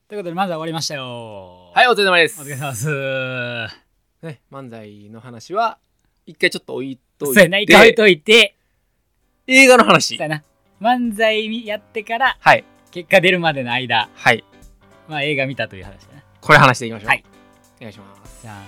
ということで漫才終わりましたよ。 はい、お疲れ様です。 お疲れ様です。 ね、漫才の話は一回ちょっと置いといて。 そうやな、一回置いといて。 映画の話。 そうやな。漫才やってから、 はい。 結果出るまでの間、 はい。 まあ映画見たという話だね。 これ話していきましょう。 はい。 お願いします。 じゃあ。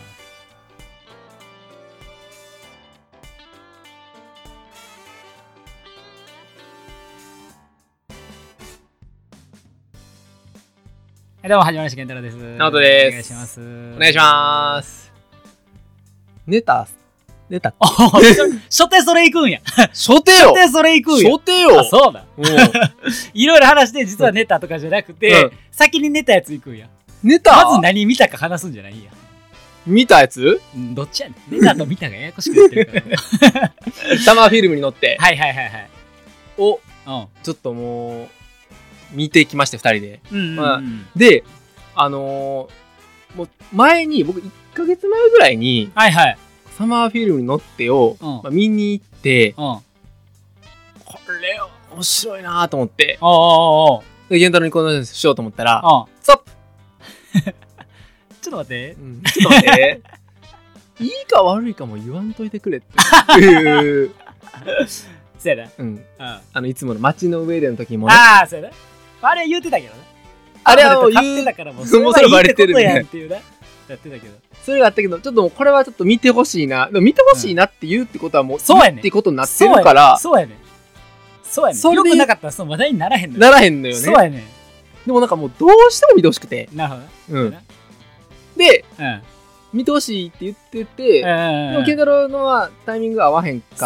はい、どうも、はじめまして、健太郎です。 直人です。 お願いします。 お願いします。寝た初手それ行くんや。 初手よ。 初手それ行くんや。 初手よ。 あ、そうだ。いろいろ話して、実は寝たとかじゃなくて、先に寝たやつ行くんや。 寝た？ まず何見たか話すんじゃないんや。 見たやつ？ どっちやねん。寝たと見たがややこしくなってるから。 サマーフィルムに乗って。 はいはいはいはい。 を、ちょっともう、見てきまして、2人で。で、もう前に、僕1ヶ月前ぐらいに、 はいはい。 サマーフィルムに乗ってを、見に行って、これ面白いなと思って、で、玄太郎にこの話しようと思ったら、ストップちょっと待って。 ちょっと待って。いいか悪いかも言わんといてくれっていう。 そうやな。 いつもの街の上での時もね。 ああ、そうやな。あれ言うてたけどね。 あれはもう言ってたからもうそれバレてるね。やってたけど。 それがあったけど、ちょっともうこれはちょっと見てほしいな。でも見てほしいなって言うってことはもう、 そうやねんってことになってるから。 そうやねん。そうやねん。よくなかったらその話題にならへんのよ。 ならへんのよね。 そうやねん。 でもなんかもうどうしても見てほしくて。 なるほど。 で、見てほしいって言ってて、でも健太郎のはタイミングが合わへんかって。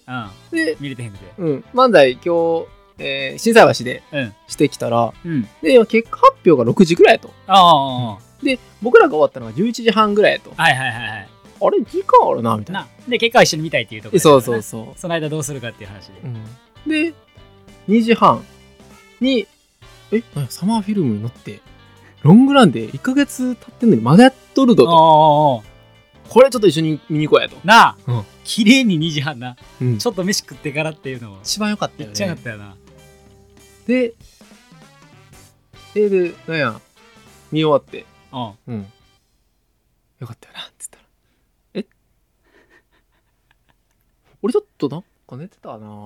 で、見れてへんくて。 漫才今日、心斎橋でしてきたら、で、結果発表が6時ぐらいやと。で、僕らが終わったのが11時半ぐらいやと。 はいはいはいはい。 あれ、時間あるなみたいな。 で、結果は一緒に見たいっていうところで。 そうそうそう。 その間どうするかっていう話で。 で、2時半に、サマーフィルムに乗って、ロングランで1ヶ月経ってんのにまだやっとるぞと。これちょっと一緒に見に行こうやと。 なあ、綺麗に2時半な。 ちょっと飯食ってからっていうのも。 一番良かったよね。 めっちゃ良かったよな。 で、なんや、見終わって、よかったよなって言ったら、俺ちょっとなんか寝てたな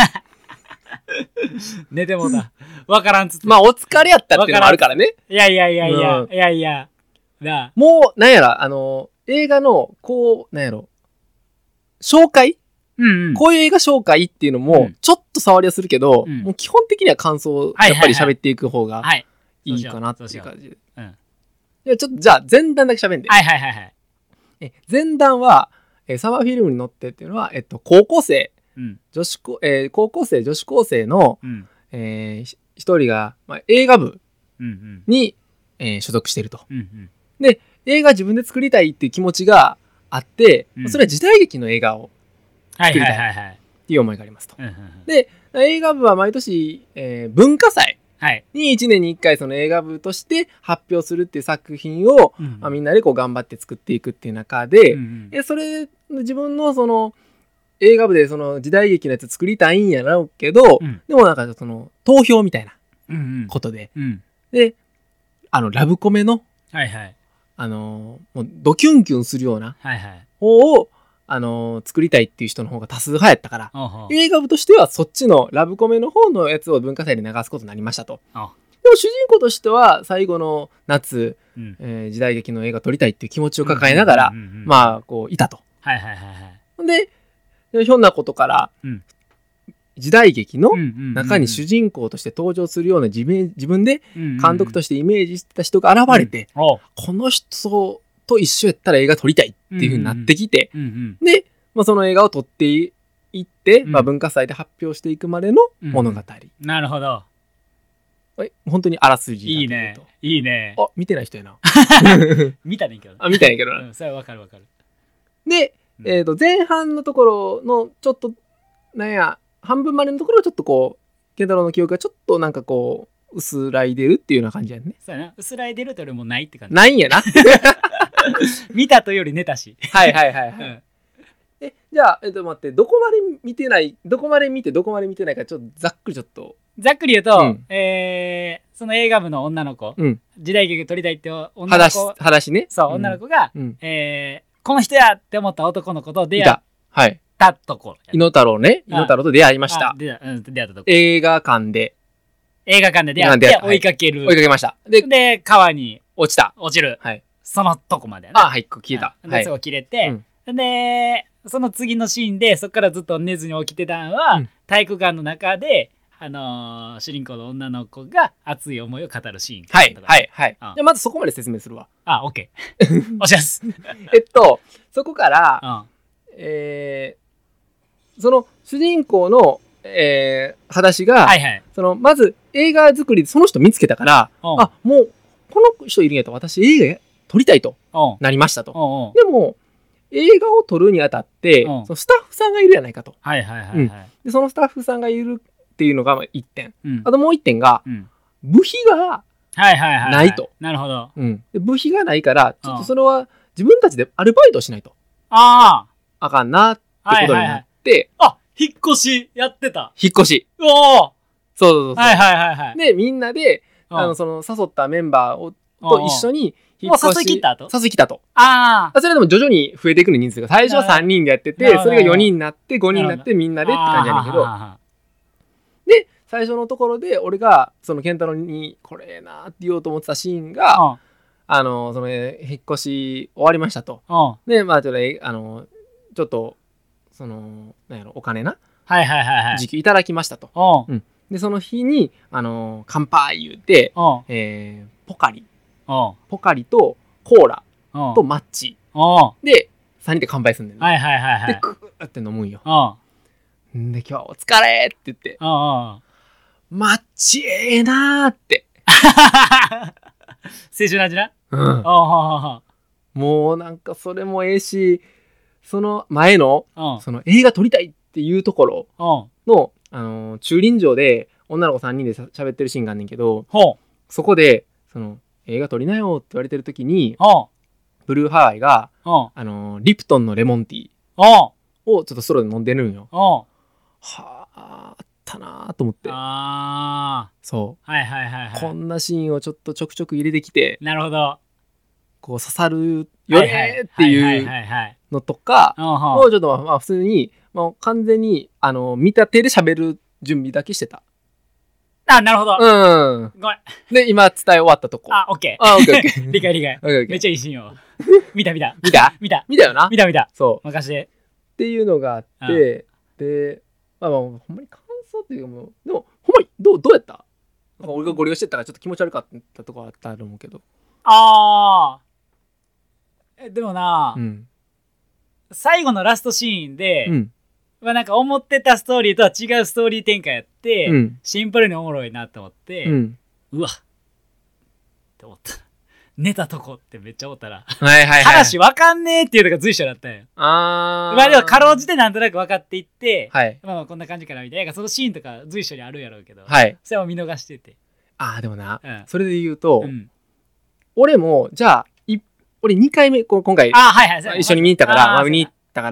寝てもうた。わからんつって。 まあお疲れやったっていうのもあるからね。 いや。 もう、なんやら、映画の、こう、なんやろ、紹介こういう映画紹介っていうのも、ちょっと触りはするけど、もう基本的には感想をやっぱり喋っていく方がいいかなっていう感じで。ちょっと、じゃあ、前段だけ喋んで。前段は、サマーフィルムに乗ってっていうのは、高校生、高校生、女子高生の、一人が、映画部に、所属していると。で、映画自分で作りたいっていう気持ちがあって、それは時代劇の映画を作りたいっていう思いがありますと。で、映画部は毎年、文化祭に1年に1回その映画部として発表するっていう作品を、みんなでこう頑張って作っていくっていう中で、それ、自分のその映画部でその時代劇のやつ作りたいんやろうけど、でもなんかその投票みたいなことで、で、ラブコメの、もうドキュンキュンするような方を、作りたいっていう人の方が多数派やったから、映画部としてはそっちのラブコメの方のやつを文化祭で流すことになりましたと。でも主人公としては最後の夏、時代劇の映画撮りたいっていう気持ちを抱えながら、まあ、こう、いたと。で、ひょんなことから、時代劇の中に主人公として登場するような自分で監督としてイメージしてた人が現れて、この人と一緒やったら映画撮りたいっていう風になってきて、で、その映画を撮っていって、文化祭で発表していくまでの物語。 なるほど。 本当にあらすじ。 いいね。いいね。 あ、見てない人やな。 見たねんけど。 見たんやけどな。 それはわかるわかる。 で、前半のところのちょっと、なんや、半分までのところはちょっとこう、健太郎の記憶がちょっとなんかこう、薄らいでるっていうような感じやね。 そうやな。薄らいでるとよりもないって感じ。 ないんやな。 見たとより寝たし。 じゃあ、待って、どこまで見て、どこまで見てないか、ちょっとざっくりざっくり言うと、その映画部の女の子、時代劇撮りたいって女の子、 裸足ね。 そう、女の子が、この人やって思った男の子と出会ったところ。 猪野太郎ね。猪野太郎と出会いました。 出会ったところ。 映画館で出会って追いかける。 追いかけました。 で、川に落ちる。 そのとこまでね。 消えた。 で、そこ切れて、で、その次のシーンで、そこからずっと寝ずに起きてたのは、体育館の中で、主人公の女の子が熱い思いを語るシーン。 はい。じゃあまずそこまで説明するわ。 オッケー。おしゃす。 そこから、その主人公の、裸足が、まず映画作りでその人見つけたから、もうこの人いるんやと私映画撮りたいとなりましたと。でも映画を撮るにあたって、そのスタッフさんがいるやないかと。でそのスタッフさんがいるっていうのが1点。あともう1点が、部費がないと。 なるほど。 部費がないから、ちょっとそれは自分たちでアルバイトをしないと。あかんなってことになって。 引っ越しやってた。 引っ越し。そう。で、みんなで、その誘ったメンバーと一緒に引っ越し。誘い切ったと。 それでも徐々に増えていくの人数が。最初は3人でやってて、それが4人になって、5人になってみんなでって感じなんだけど。で、最初のところで、俺が、その健太郎に、これなって言おうと思ってたシーンが、その、引っ越し終わりましたと。で、ちょっと、その、お金な。時給いただきましたと。で、その日に、乾杯言うて、ポカリとコーラとマッチ。で、3人で乾杯すんねん。で、クーって飲むんよ。で、今日はお疲れって言って、マッチええなーって。 青春の味な。 もうなんかそれもええし、その前の、その映画撮りたいっていうところの、駐輪場で女の子3人で喋ってるシーンがあんねんけど、そこで、その映画撮りなよって言われてる時に、ブルーハワイが、リプトンのレモンティーをちょっとストローで飲んでるんよ。あったなと思って。そう。こんなシーンをちょっとちょくちょく入れてきて、 なるほど。 こう刺さるよねっていうのとか、もうちょっと普通に、完全に見立てで喋る準備だけしてた。 なるほど。ごめん。 で、今伝え終わったとこ。 オッケー。理解。めっちゃいいシーンよ。見たよな。見た。そう。任して。 っていうのがあって、で、ほんまに感想っていうかもう、でも、ほんまにどうやった？俺がゴリ押してたからちょっと気持ち悪かったとこあったと思うけど。 でもな、最後のラストシーンで、なんか思ってたストーリーとは違うストーリー展開やって、シンプルにおもろいなと思って、うわっって思った。寝たとこってめっちゃ思ったら、話わかんねえっていうのが随所だったよ。でもかろうじてなんとなく分かっていって、こんな感じかなみたいな、そのシーンとか随所にあるやろうけど、それも見逃してて。 でもな、それで言うと、俺もじゃあ俺2回目今回一緒に見に行ったから、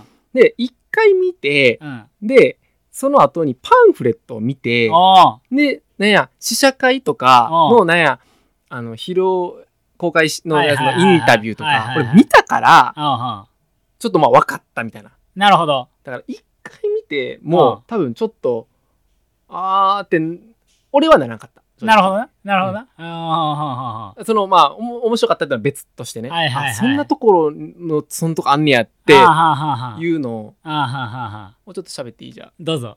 で1回見て、でその後にパンフレットを見て、で試写会とかの披露公開のやつのインタビューとか俺見たからちょっと分かったみたいな。 なるほど。 だから1回見ても多分ちょっとって俺はならなかった。 なるほどな。 その面白かったってのは別としてね。そんなところのそのとこあんねやっていうのをもうちょっと喋っていい？じゃあどうぞ。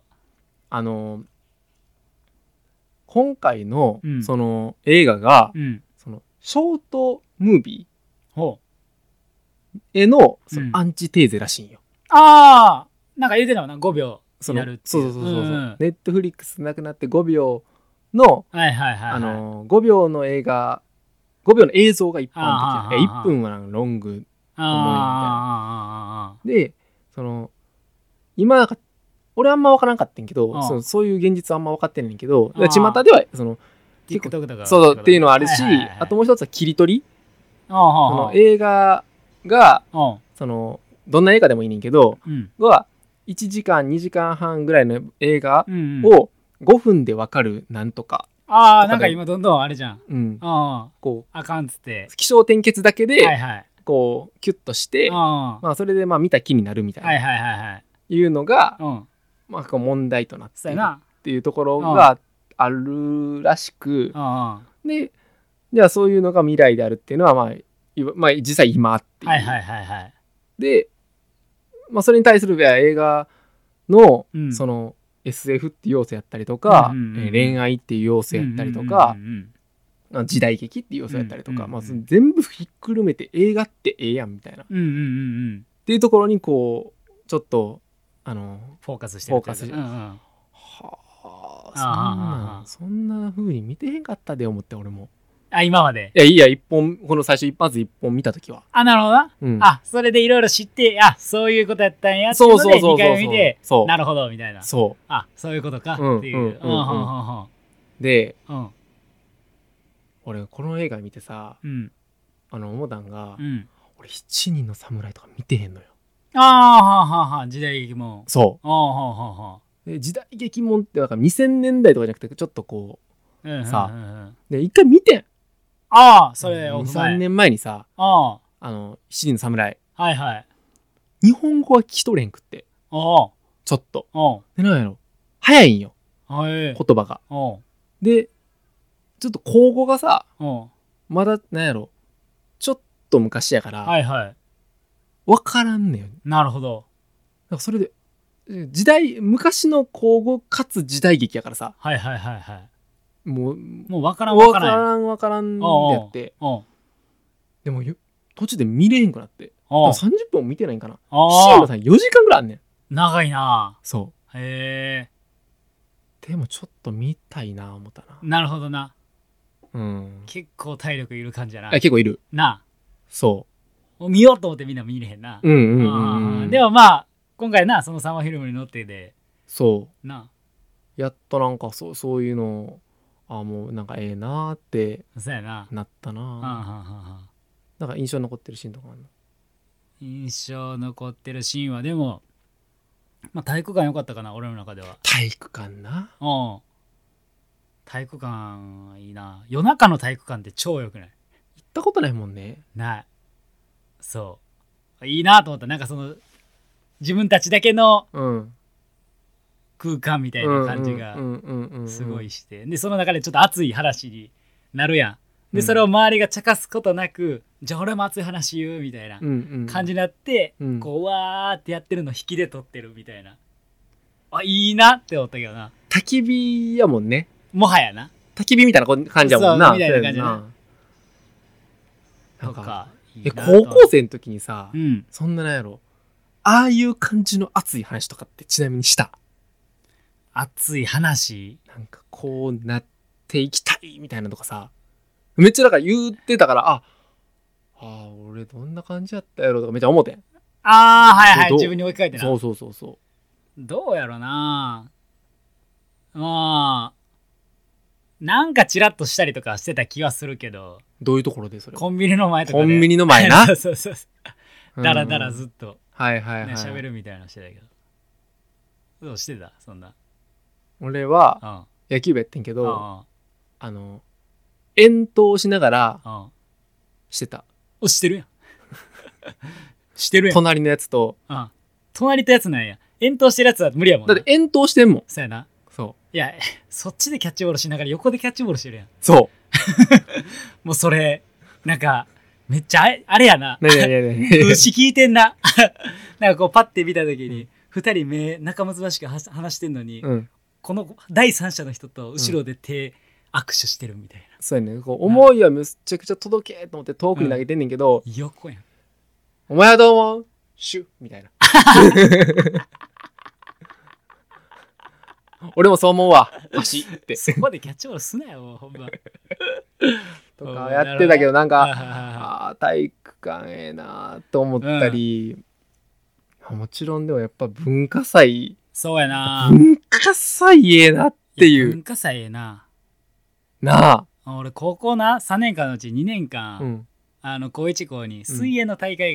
今回のその映画がそのショートムービーへのそのアンチテーゼらしいんよ。 なんか言うてたもんな、5秒になるっていう。 そうネットフリックスなくなって5秒の5秒の映画、5秒の映像が一般的な、1分はロング思いみたいな。で、その今俺あんま分からんかったんけど、そういう現実はあんま分かってんねんけど、巷ではその結構そうっていうのはあるし、あともう一つは切り取り。その映画がそのどんな映画でもいいねんけど、は1時間2時間半ぐらいの映画を5分でわかるなんとか。 なんか今どんどんあれじゃん。 こうあかんっつって起承転結だけでこうキュッとして、それで見た気になるみたいないうのがこう問題となっているっていうところがあるらしく、でじゃあそういうのが未来であるっていうのは実際今っていう。で、それに対する映画のそのSF っていう要素やったりとか、恋愛っていう要素やったりとか、時代劇っていう要素やったりとか、全部ひっくるめて映画ってええやんみたいな、っていうところにこうちょっとフォーカスしてる。 そんな風に見てへんかったで思って。俺も今までいやこの最初まず一本見た時はなるほどな、それでいろいろ知って、そういうことやったんやっていうので2回目見て、なるほどみたいな、そういうことかっていう。 で、俺この映画見てさ、思ったんが、俺7人の侍とか見てへんのよ。 時代劇もで時代劇もんってだから2000年代とかじゃなくてちょっとこうさで一回見てん。 それ 2、3年前にさ、7人の侍。日本語は聞き取れんくって。ちょっと。で、なんやろ。早いんよ。言葉が。で、ちょっと口語がさ、まだ、なんやろ。ちょっと昔やから、わからんねん。 なるほど。 だからそれで、昔の口語かつ時代劇やからさ。もう分からんでやって。でも途中で見れへんくなって。30分も見てないんかな。シーンさん4時間ぐらいあんねん。 長いな。 そうでもちょっと見たいな思ったな。 なるほどな。結構体力いる感じやな。 結構いるな。 そう見ようと思ってみんな見れへんな。でも今回なそのサマーフィルムに乗ってでなやっとなんかそういうのもうなんかええなーってなったな。なんか印象残ってるシーンとかあるの？ 印象残ってるシーンはでも体育館良かったかな、俺の中では。 体育館な。 体育館いいな。夜中の体育館って超良くない？ 行ったことないもんね。 ない。そういいなと思った。なんかその自分たちだけの空間みたいな感じがすごいして、でその中でちょっと熱い話になるやん。でそれを周りが茶化すことなく、じゃあ俺も熱い話言うみたいな感じになって、こうわーってやってるの引きで撮ってるみたいな。いいなって思ったけどな。 焚き火やもんね。 もはやな。 焚き火みたいな感じやもんな。 みたいな感じやな。 なんか高校生の時にさ、そんななんやろ、ああいう感じの熱い話とかってちなみにした？ 熱い話なんかこうなっていきたいみたいなとかさ、めっちゃだから言ってたから、俺どんな感じやったやろとかめっちゃ思ってん。 自分に置き換えてな。 そうどうやろな。なんかチラッとしたりとかしてた気はするけど。 どういうところでそれ？ コンビニの前とかで。 コンビニの前な。 そうだらだらずっと喋るみたいなのしてたけど。どうしてたそんな？ 俺は野球部やってんけど、遠投しながらしてた。 してるやん。してるやん。 隣のやつと。 隣とやつなんや。遠投してるやつは無理やもんな。 だって遠投してんもん。 そうやな。 そういやそっちでキャッチボールしながら横でキャッチボールしてるやん。 そうもうそれなんかめっちゃあれやな。 風刺聞いてんな。なんかこうパッて見た時に2人目仲睦ましく話してんのに、この第三者の人と後ろで握手してるみたいな。 そうやね。こう思いはむっちゃくちゃ届けと思って遠くに投げてんねんけど、 横やん。 お前はどう思う？シュッみたいな。俺もそう思うわ。足って。 そこでキャッチボールすなよ、ほんま。 とかやってたけど、なんか、体育館ええなと思ったり、もちろんでもやっぱ文化祭。 そうやな。 文化祭ええなっていう。 文化祭ええな。 なあ。 俺高校な、3年間のうち2年間、高1高に水泳の大会が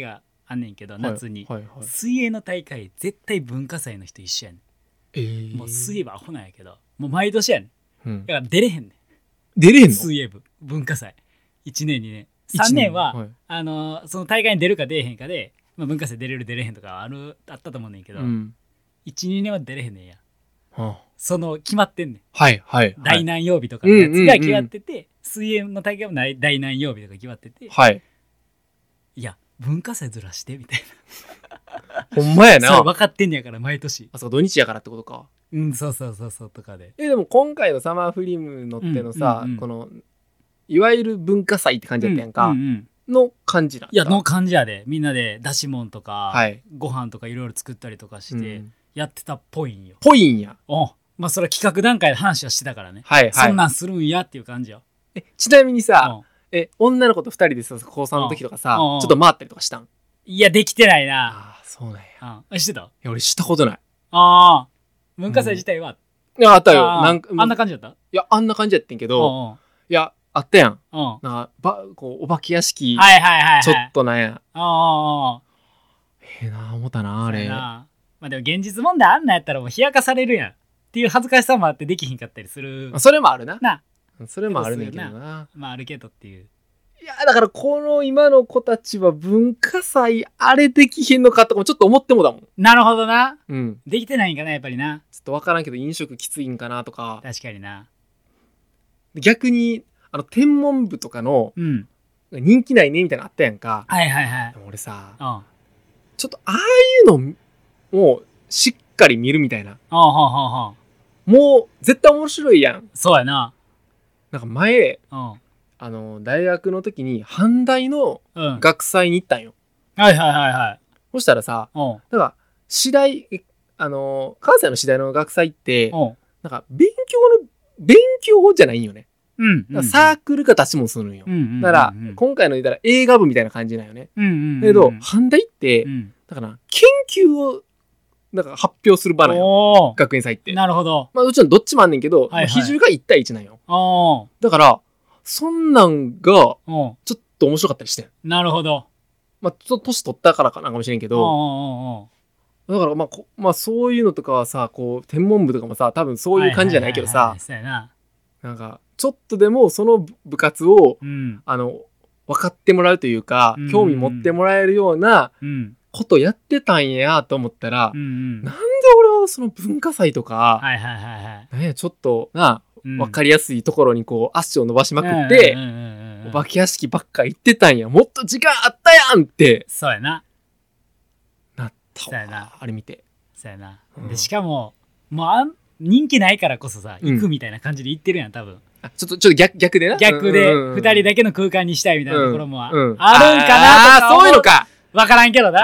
あんねんけど、夏に、水泳の大会絶対文化祭の人一緒やねん。もう水泳部アホなんやけど、もう毎年やねん。だから出れへんねん。 出れへんの？ 水泳部文化祭1年2年3年は、その大会に出るか出れへんかで、文化祭出れる出れへんとかあったと思うねんけど、12年は出れへんねんや。その決まってんねん。第何曜日とかのやつが決まってて、水泳の大会も第何曜日とか決まってて、いや文化祭ずらしてみたいな。ほんまやな。 そう分かってんねやから毎年。 そう土日やからってことか。 そうとかで。 でも今回のサマーフリムのってのさ、このいわゆる文化祭って感じやったやんか、の感じなん。 いやの感じやで、みんなで出し物とか、ご飯とかいろいろ作ったりとかしてやってたっぽいんよ。 ぽいんや。 まあそれは企画段階で話はしてたからね。そんなんするんやっていう感じよ。 ちなみにさ、女の子と2人でさ高3の時とかさ、ちょっと回ったりとかしたん？ いやできてないな。 そうなんや。 してた？いや俺したことない。 文化祭自体は、 いやあったよ。 あんな感じだった？ いやあんな感じやってんけど、いやあったやん。こうお化け屋敷、ちょっとなんや。な思ったなあれ。 まあでも現実問題あんなやったらもう冷やかされるやんっていう恥ずかしさもあってできひんかったりする。 それもあるな。それもあるねんけどな。 まああるけどっていう。 いやだからこの今の子たちは文化祭あれできひんのかとかもちょっと思ってもだもん。 なるほどな。できてないんかなやっぱりな。 ちょっと分からんけど飲食きついんかなとか。 確かにな。 逆に天文部とかの人気ないねみたいなのあったやんか。でも俺さ、ちょっとああいうのをしっかり見るみたいな。もう絶対面白いやん。 そうやな。 なんか前、大学の時に阪大の学祭に行ったんよ。そしたらさ、なんか次第関西の次第の学祭ってなんか勉強じゃないんよね。サークルが出しもするんよ。だから今回の言ったら映画部みたいな感じなんよね。だけど阪大ってだから研究をなんか発表する場なんよ、学園祭って。 なるほど。 まあもちろんどっちもあんねんけど、比重が1対1なんよ。だからそんなんがちょっと面白かったりしてん。 なるほど。 まあちょっと年取ったからかなんかもしれんけど、だからまあそういうのとかはさ、こう天文部とかもさ多分そういう感じじゃないけどさ、なんかちょっとでもその部活を分かってもらうというか、興味持ってもらえるようなことやってたんやと思ったら、なんで俺はその文化祭とか、ちょっとな分かりやすいところにこう足を伸ばしまくってお化け屋敷ばっか行ってたんや、もっと時間あったやんって。 そうやな。 なったわ、あれ見て。 そうやな。でしかももう人気ないからこそさ行くみたいな感じで行ってるやん多分。 ちょっと逆でな。 逆で2人だけの空間にしたいみたいなところもあるんかなとか。 そういうのか。 分からんけどな。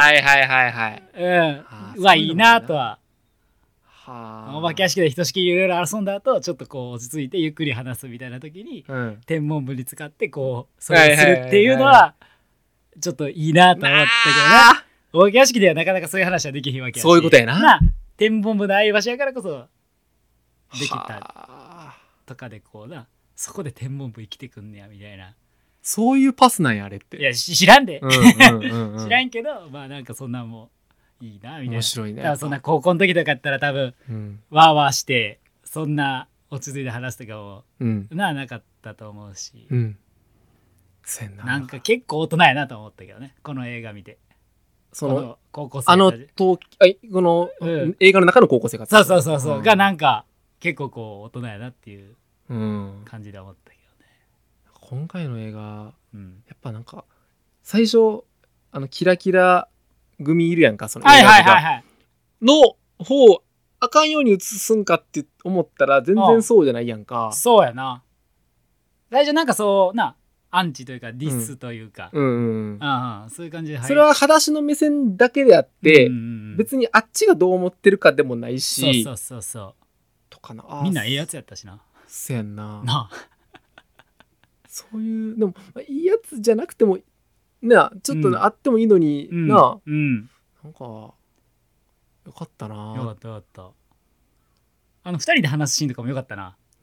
いいなとは。お化け屋敷でひとしきりいろいろ遊んだ後ちょっとこう落ち着いてゆっくり話すみたいな時に、天文部に使ってこうそれをするっていうのはちょっといいなと思ったけどな。お化け屋敷ではなかなかそういう話はできひんわけやし。 そういうことやな。 天文部のああいう場所やからこそできたとかでこうな、そこで天文部生きてくんねやみたいな。 そういうパスなんやあれって。 いや知らんで知らんけど、まあなんかそんなんもいいなみたいな。 面白いね。 だからそんな高校の時とかやったら多分、ワーワーしてそんな落ち着いて話すとかも、なかったと思うし、なんか結構大人やなと思ったけどね、この映画見て。 その高校生この映画の中の高校生活、 そうがなんか結構こう大人やなっていう感じで思ったけどね。 今回の映画、やっぱなんか最初キラキラ組いるやんか、その映画とかの方あかんように映すんかって思ったら全然そうじゃないやんか。 そうやな。最初なんかそうなアンチというかディスというか、そういう感じで。 それは裸足の目線だけであって、別にあっちがどう思ってるかでもないし、 そうとかな。 みんなええやつやったしな。 せやんな。そういうでもいいやつじゃなくてもな、ちょっとあってもいいのにな、なんかよかったな。 よかった2人で話すシーンとかもよかったな。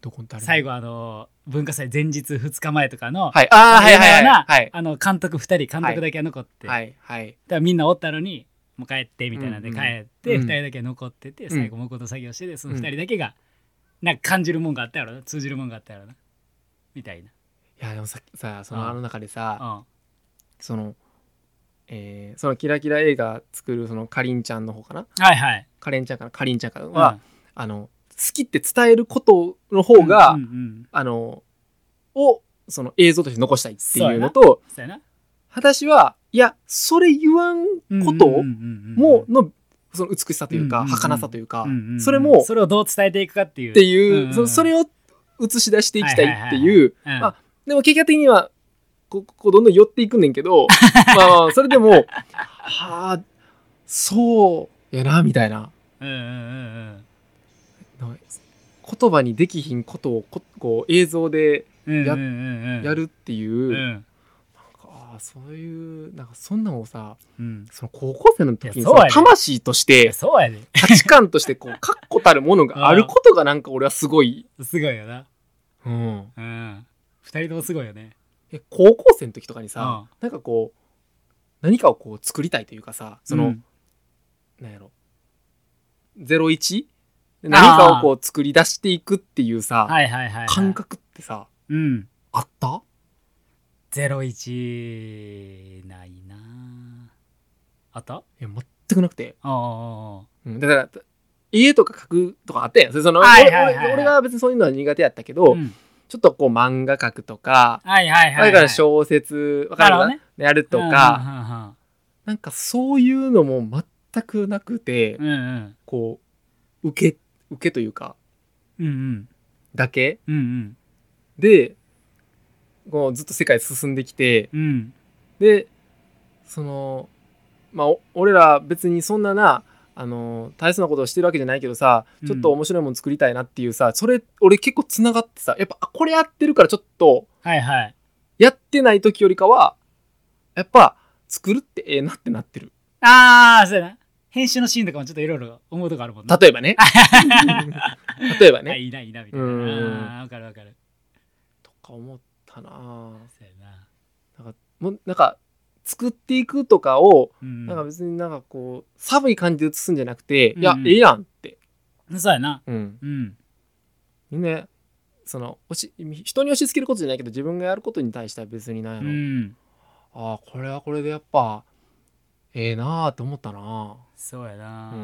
どこに誰最後文化祭前日2日前とかの、 はい、ああ、はいはいはい。 監督2人、監督だけ残って、 はいはい。 だからみんなおったのに、もう帰ってみたいなんで帰って、2人だけ残ってて、最後黙々と作業してて、その2人だけが、なんか感じるもんがあったやろな、通じるもんがあったやろな、みたいな。いや、でもさ、その中でさ、そのキラキラ映画作るそのかりんちゃんの方かな、 はいはい、 かりんちゃんかは、好きって伝えることの方が、をその映像として残したいっていうのと、私はいやそれ言わんことものその美しさというか儚さというか、それもそれをどう伝えていくかっていう、 それを映し出していきたいっていう、でも結果的にはこうどんどん寄っていくねんけどまあそれでもはあそうやなみたいな、言葉にできひんことをこう映像でやるっていう、なんかそういうなんかそんなのをさ、その高校生の時に魂として価値観としてこう確固たるものがあることがなんか俺はすごいよな。2人ともすごいよね。 高校生の時とかにさ、なんかこう何かをこう作りたいというかさ、その、なんやろ01何かをこう作り出していくっていうさ、感覚ってさ、あった？ 01 ないな。あった？ いや全くなくて、だから家とか書くとかあったやん。その俺が別にそういうのは苦手やったけど、ちょっとこう漫画書くとか、だから小説わかるな、やるとか、なんかそういうのも全くなくて、こう受けというか、だけ、でこうずっと世界進んできて、でそのまあ俺ら別にそんなな大切なことをしてるわけじゃないけどさ、ちょっと面白いもの作りたいなっていうさ、それ俺結構つながってさ、やっぱこれやってるからちょっとやってない時よりかはやっぱ作るってええなってなってる。 そうやな。編集のシーンとかもちょっといろいろ思うとこあるもんね。 例えばねいいなみたいな。わかるとか思ったな。そうやな。なんか作っていくとかを、なんか別になんかこう寒い感じで映すんじゃなくて、いやええやんって。 そうやな。 みんなその人に押し付けることじゃないけど、自分がやることに対しては別になんやろ、これはこれでやっぱええなーって思ったな。 そうやな。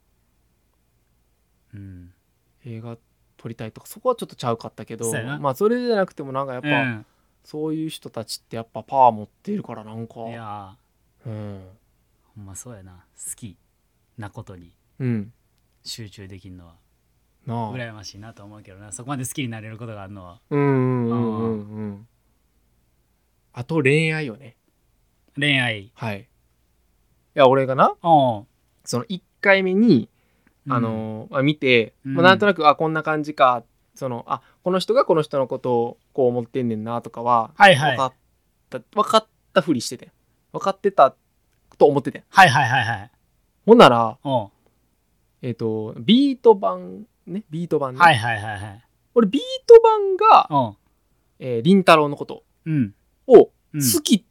映画撮りたいとかそこはちょっとちゃうかったけど、まあそれじゃなくてもなんかやっぱ、そういう人たちってやっぱパワー持っているからなんか、いやほんまそうやな。好きなことに集中できるのは羨ましいなと思うけどな。そこまで好きになれることがあるのは。 あと恋愛よね。 恋愛。 はい。いや俺がな、その1回目に見て、なんとなくこんな感じか、そのこの人がこの人のことをこう思ってんねんなとかは分かったふりしてて、分かってたと思ってて、ほんならビート版ね、俺ビート版がりんたろーのことを好き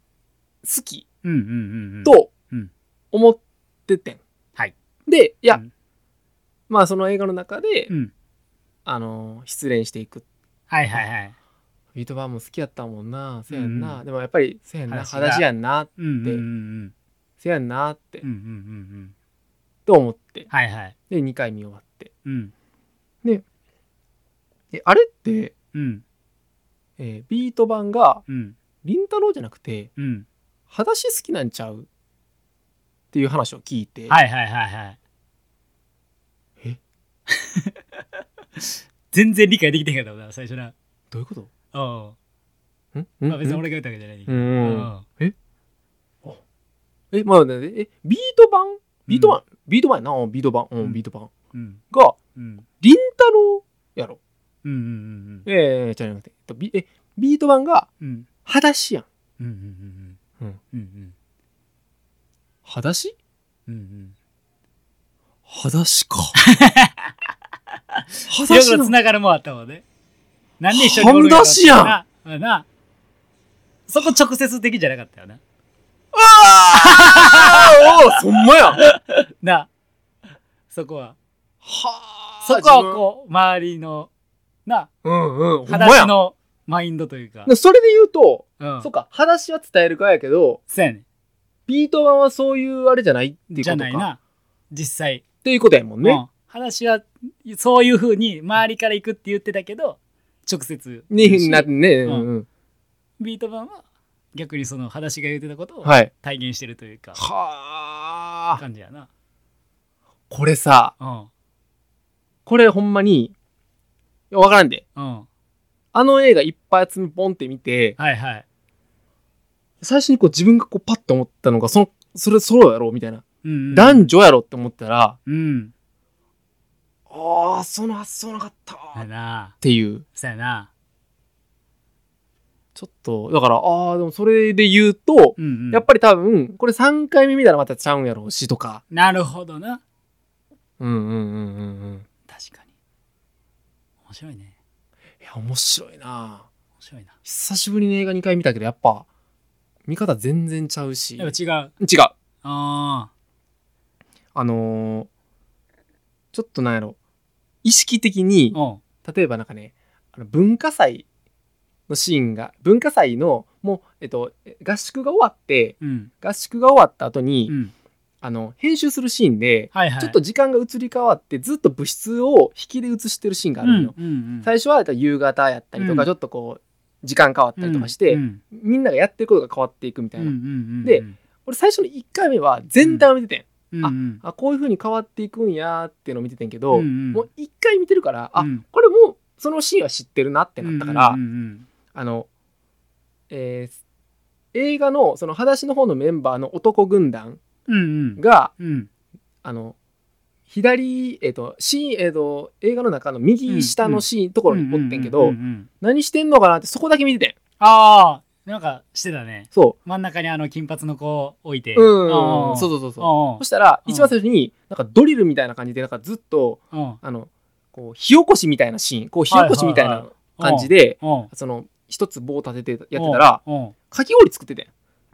と思っててん。でいや、まあその映画の中で失恋していく。ビート版も好きやったもんな、せやんな、でもやっぱりせやんな、裸足やんなって、せやんなってと思って、で2回見終わって、であれって、ビート版がりんたろーじゃなくて裸足好きなんちゃうっていう話を聞いて、 全然理解できてへんかったもんな最初な。 どういうこと？ まあ別に俺が言ったわけじゃないけど。 まあビート版やな、ビート版ビート版がりんたろーやろ。じゃなくてビート版が裸足やん。裸足？裸足か。 白黒つながるもあったもんね。なんで一緒におるんやろ半出しやんな。そこ直接的じゃなかったよな。 そんまやな。そこは。 はそこはこう、周りの、な。話のマインドというか。 それで言うと、そっか、話は伝えるかやけど、 そうやね。 ビート版はそういうあれじゃないっていうことか。 じゃないな。実際。 っていうことやもんね。 話は、そういう風に周りから行くって言ってたけど、直接。 になってね。 ビート版は、逆にその話が言ってたことを体現してるというか。 はあ。 感じやな。 これさ、これほんまに、わからんで。あの映画一発目ポンって見て、最初にこう自分がこうパッと思ったのが、それソロやろみたいな。男女やろって思ったら、ああ、その発想なかったっていう。 そうやな。 ちょっと、だから、でもそれで言うと、やっぱり多分、これ3回目見たらまたちゃうんやろうしとか。 なるほどな。 確かに。面白いね。 いや、面白いな。 面白いな。 久しぶりに映画2回見たけど、やっぱ、見方全然ちゃうし。 やっぱ違う。 違う。ちょっとなんやろ。意識的に、例えばなんかね、文化祭のシーンが、文化祭の、もう、合宿が終わって、合宿が終わった後に、編集するシーンで、ちょっと時間が移り変わってずっと物質を引きで映してるシーンがあるのよ。最初は夕方やったりとか、ちょっとこう時間変わったりとかして、みんながやってることが変わっていくみたいな。で、俺最初の1回目は全体を見ててん。こういう風に変わっていくんやっていうのを見ててんけど、もう1回見てるから、これもうそのシーンは知ってるなってなったから、映画のその裸足の方のメンバーの男軍団が、左、映画の中の右下のシーンところにおってんけど、何してんのかなってそこだけ見てて。 なんかしてたね。 そう。 真ん中に金髪の子を置いて。 そう。そしたら、一番最初に、なんかドリルみたいな感じで、なんかずっと、こう、火起こしみたいなシーン、こう、火起こしみたいな感じで、その、一つ棒立ててやってたら、かき氷作っててん。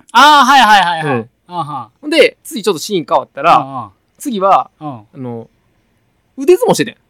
で、次ちょっとシーン変わったら、次は、腕相撲しててん。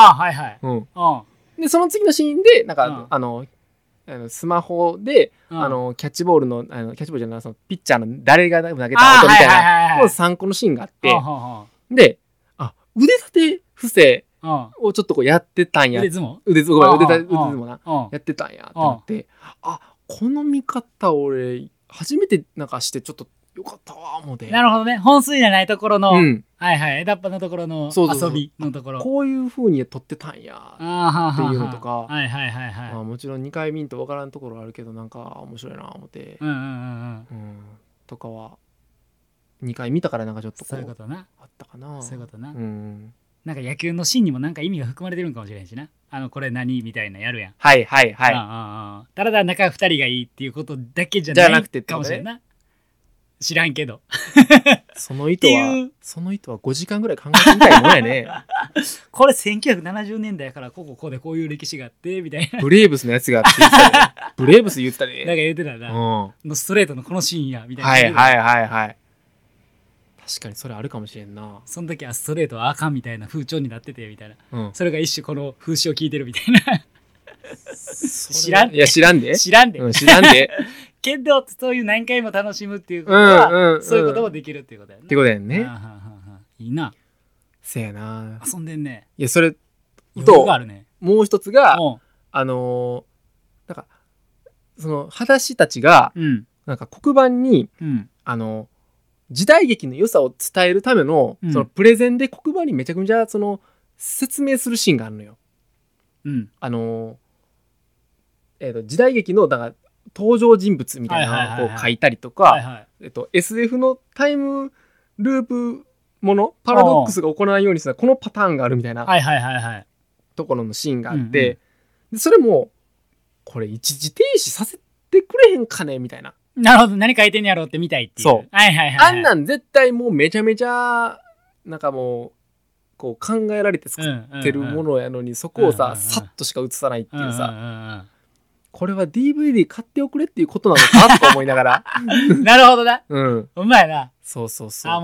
で、その次のシーンで、なんか、スマホで、キャッチボールの、キャッチボールじゃない、そのピッチャーの誰が投げた音みたいな、この3個のシーンがあって、で、腕立て伏せをちょっとこうやってたんや。 腕相撲な。 やってたんやって思って、この見方俺、初めてなんかしてちょっとよかったわ、思うて。 なるほどね。本数じゃないところの、枝っぱのところの遊びのところ。 こういう風に撮ってたんやっていうのとか、もちろん2回見んと分からんところあるけど、なんか面白いな、思って。とかは、2回見たからなんかちょっとこう、 そういうことな。 あったかな。 そういうことな。なんか野球のシーンにもなんか意味が含まれてるんかもしれんしな。これ何みたいなやるやん。ただ仲2人がいいっていうことだけじゃないかもしれんな。知らんけど。 その意図は5時間ぐらい考えてみたいもんやね。 これ1970年代からこでこういう歴史があってみたいな。 ブレーブスのやつがあって言ってたね。ブレーブス言ってたね。 なんか言ってたな。のストレートのこのシーンやみたいな。確かにそれあるかもしれんな。 その時はストレートはあかんみたいな風潮になっててみたいな。それが一種この風刺を聞いてるみたいな。知らんで。 いや知らんで。 知らんで。けどそういう何回も楽しむっていうことはそういうこともできるっていうことやね。 ってことやんね。 いいな。 せやな。 遊んでんね。 いやそれともう一つがなんかその裸足たちがなんか黒板に時代劇の良さを伝えるためのそのプレゼンで黒板にめちゃくちゃその説明するシーンがあるのよ。時代劇のだから登場人物みたいなのを書いたりとか、SF のタイムループものパラドックスが行わないようにしたこのパターンがあるみたいなところのシーンがあって、でそれもこれ一時停止させてくれへんかねみたいな。 なるほど、何書いてんやろうって見たいっていう。 そう。あんなん絶対もうめちゃめちゃなんかもうこう考えられて作ってるものやのに、そこをさ、さっとしか映さないっていうさ、これは DVD 買っておくれっていうことなのかと思いながらなるほどな。 うまいな。 そう。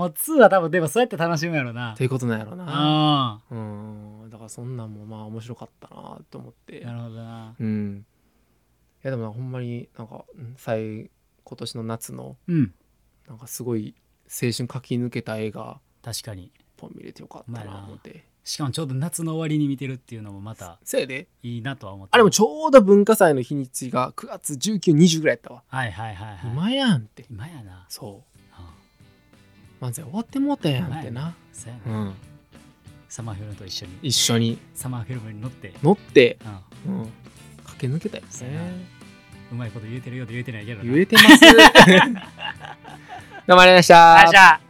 もう2は多分でもそうやって楽しむやろな。 ということなんやろな。だからそんなんもまあ面白かったなと思って。 なるほどな。 いやでもほんまになんか今年の夏のなんかすごい青春駆け抜けた映画、 確かにポン見れてよかったなと思って。 しかもちょうど夏の終わりに見てるっていうのもまたそうやでいいなとは思って。 あれもちょうど文化祭の日にちが9月19、20ぐらいやったわ。今やんって。 今やな。 漫才終わってもうたやんってな。 そうやな。サマーフィルムと一緒にサマーフィルムに乗って駆け抜けたよね。 うまいこと言えてるようで言えてないけどな。 言えてます。どうもありがとうございました。